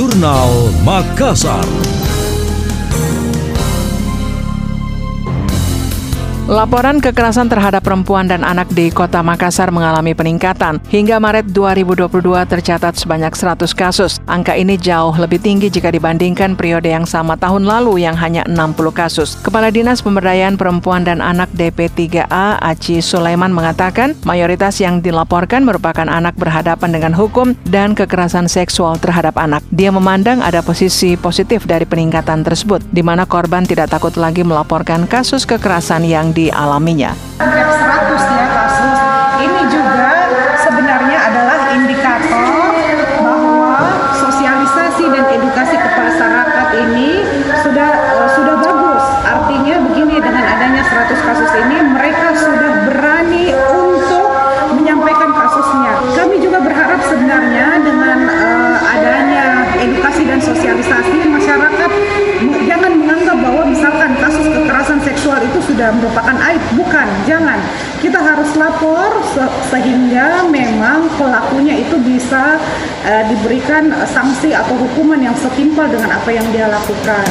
Jurnal Makassar. Laporan kekerasan terhadap perempuan dan anak di Kota Makassar mengalami peningkatan. Hingga Maret 2022 tercatat sebanyak 100 kasus. Angka ini jauh lebih tinggi jika dibandingkan periode yang sama tahun lalu yang hanya 60 kasus. Kepala Dinas Pemberdayaan Perempuan dan Anak DP3A, Aci Sulaiman mengatakan, mayoritas yang dilaporkan merupakan anak berhadapan dengan hukum dan kekerasan seksual terhadap anak. Dia memandang ada posisi positif dari peningkatan tersebut, di mana korban tidak takut lagi melaporkan kasus kekerasan yang dialaminya. Hampir 100 ya kasus. Ini juga sebenarnya adalah indikator bahwa sosialisasi dan edukasi ke masyarakat ini sudah bagus. Artinya begini, dengan adanya 100 kasus ini mereka sudah berani untuk menyampaikan kasusnya. Kami juga berharap sebenarnya dengan adanya edukasi dan sosialisasi, masyarakat jangan menganggap bahwa misalkan kasus kekerasan seksual itu sudah merupakan aib. Bukan, jangan. Kita harus lapor sehingga memang pelakunya itu bisa diberikan sanksi atau hukuman yang setimpal dengan apa yang dia lakukan.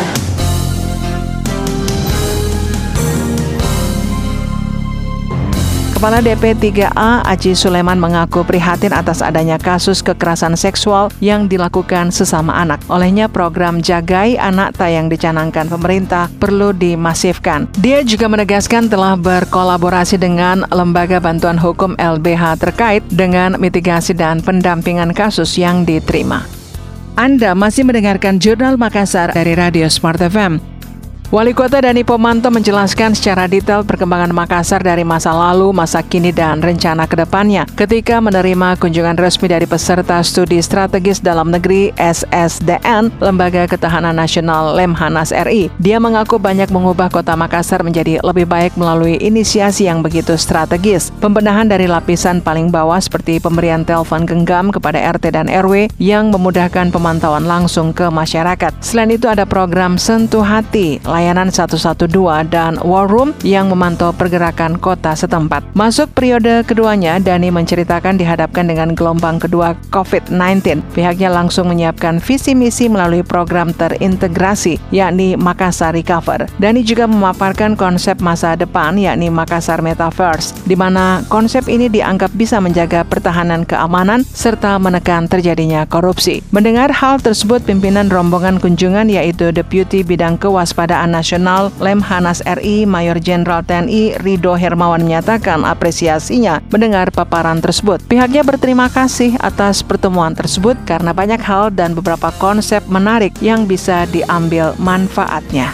Kepala DP3A, Aci Sulaiman mengaku prihatin atas adanya kasus kekerasan seksual yang dilakukan sesama anak. Olehnya, program Jagai Anak Tak yang dicanangkan pemerintah perlu dimasifkan. Dia juga menegaskan telah berkolaborasi dengan Lembaga Bantuan Hukum LBH terkait dengan mitigasi dan pendampingan kasus yang diterima. Anda masih mendengarkan Jurnal Makassar dari Radio Smart FM. Wali Kota Dani Pomanto menjelaskan secara detail perkembangan Makassar dari masa lalu, masa kini, dan rencana ke depannya ketika menerima kunjungan resmi dari peserta studi strategis dalam negeri SSDN, Lembaga Ketahanan Nasional Lemhanas RI. Dia mengaku banyak mengubah Kota Makassar menjadi lebih baik melalui inisiasi yang begitu strategis. Pembenahan dari lapisan paling bawah seperti pemberian telepon genggam kepada RT dan RW yang memudahkan pemantauan langsung ke masyarakat. Selain itu ada program Sentuh Hati, layanan 112 dan War Room yang memantau pergerakan kota setempat. Masuk periode keduanya, Dani menceritakan dihadapkan dengan gelombang kedua COVID-19. Pihaknya langsung menyiapkan visi misi melalui program terintegrasi, yakni Makassar Recover. Dani juga memaparkan konsep masa depan, yakni Makassar Metaverse, di mana konsep ini dianggap bisa menjaga pertahanan keamanan serta menekan terjadinya korupsi. Mendengar hal tersebut, pimpinan rombongan kunjungan yaitu Deputi Bidang Kewaspadaan Nasional Lemhanas RI Mayor Jenderal TNI Ridho Hermawan menyatakan apresiasinya mendengar paparan tersebut. Pihaknya berterima kasih atas pertemuan tersebut karena banyak hal dan beberapa konsep menarik yang bisa diambil manfaatnya.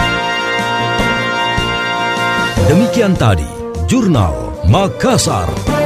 Demikian tadi Jurnal Makassar.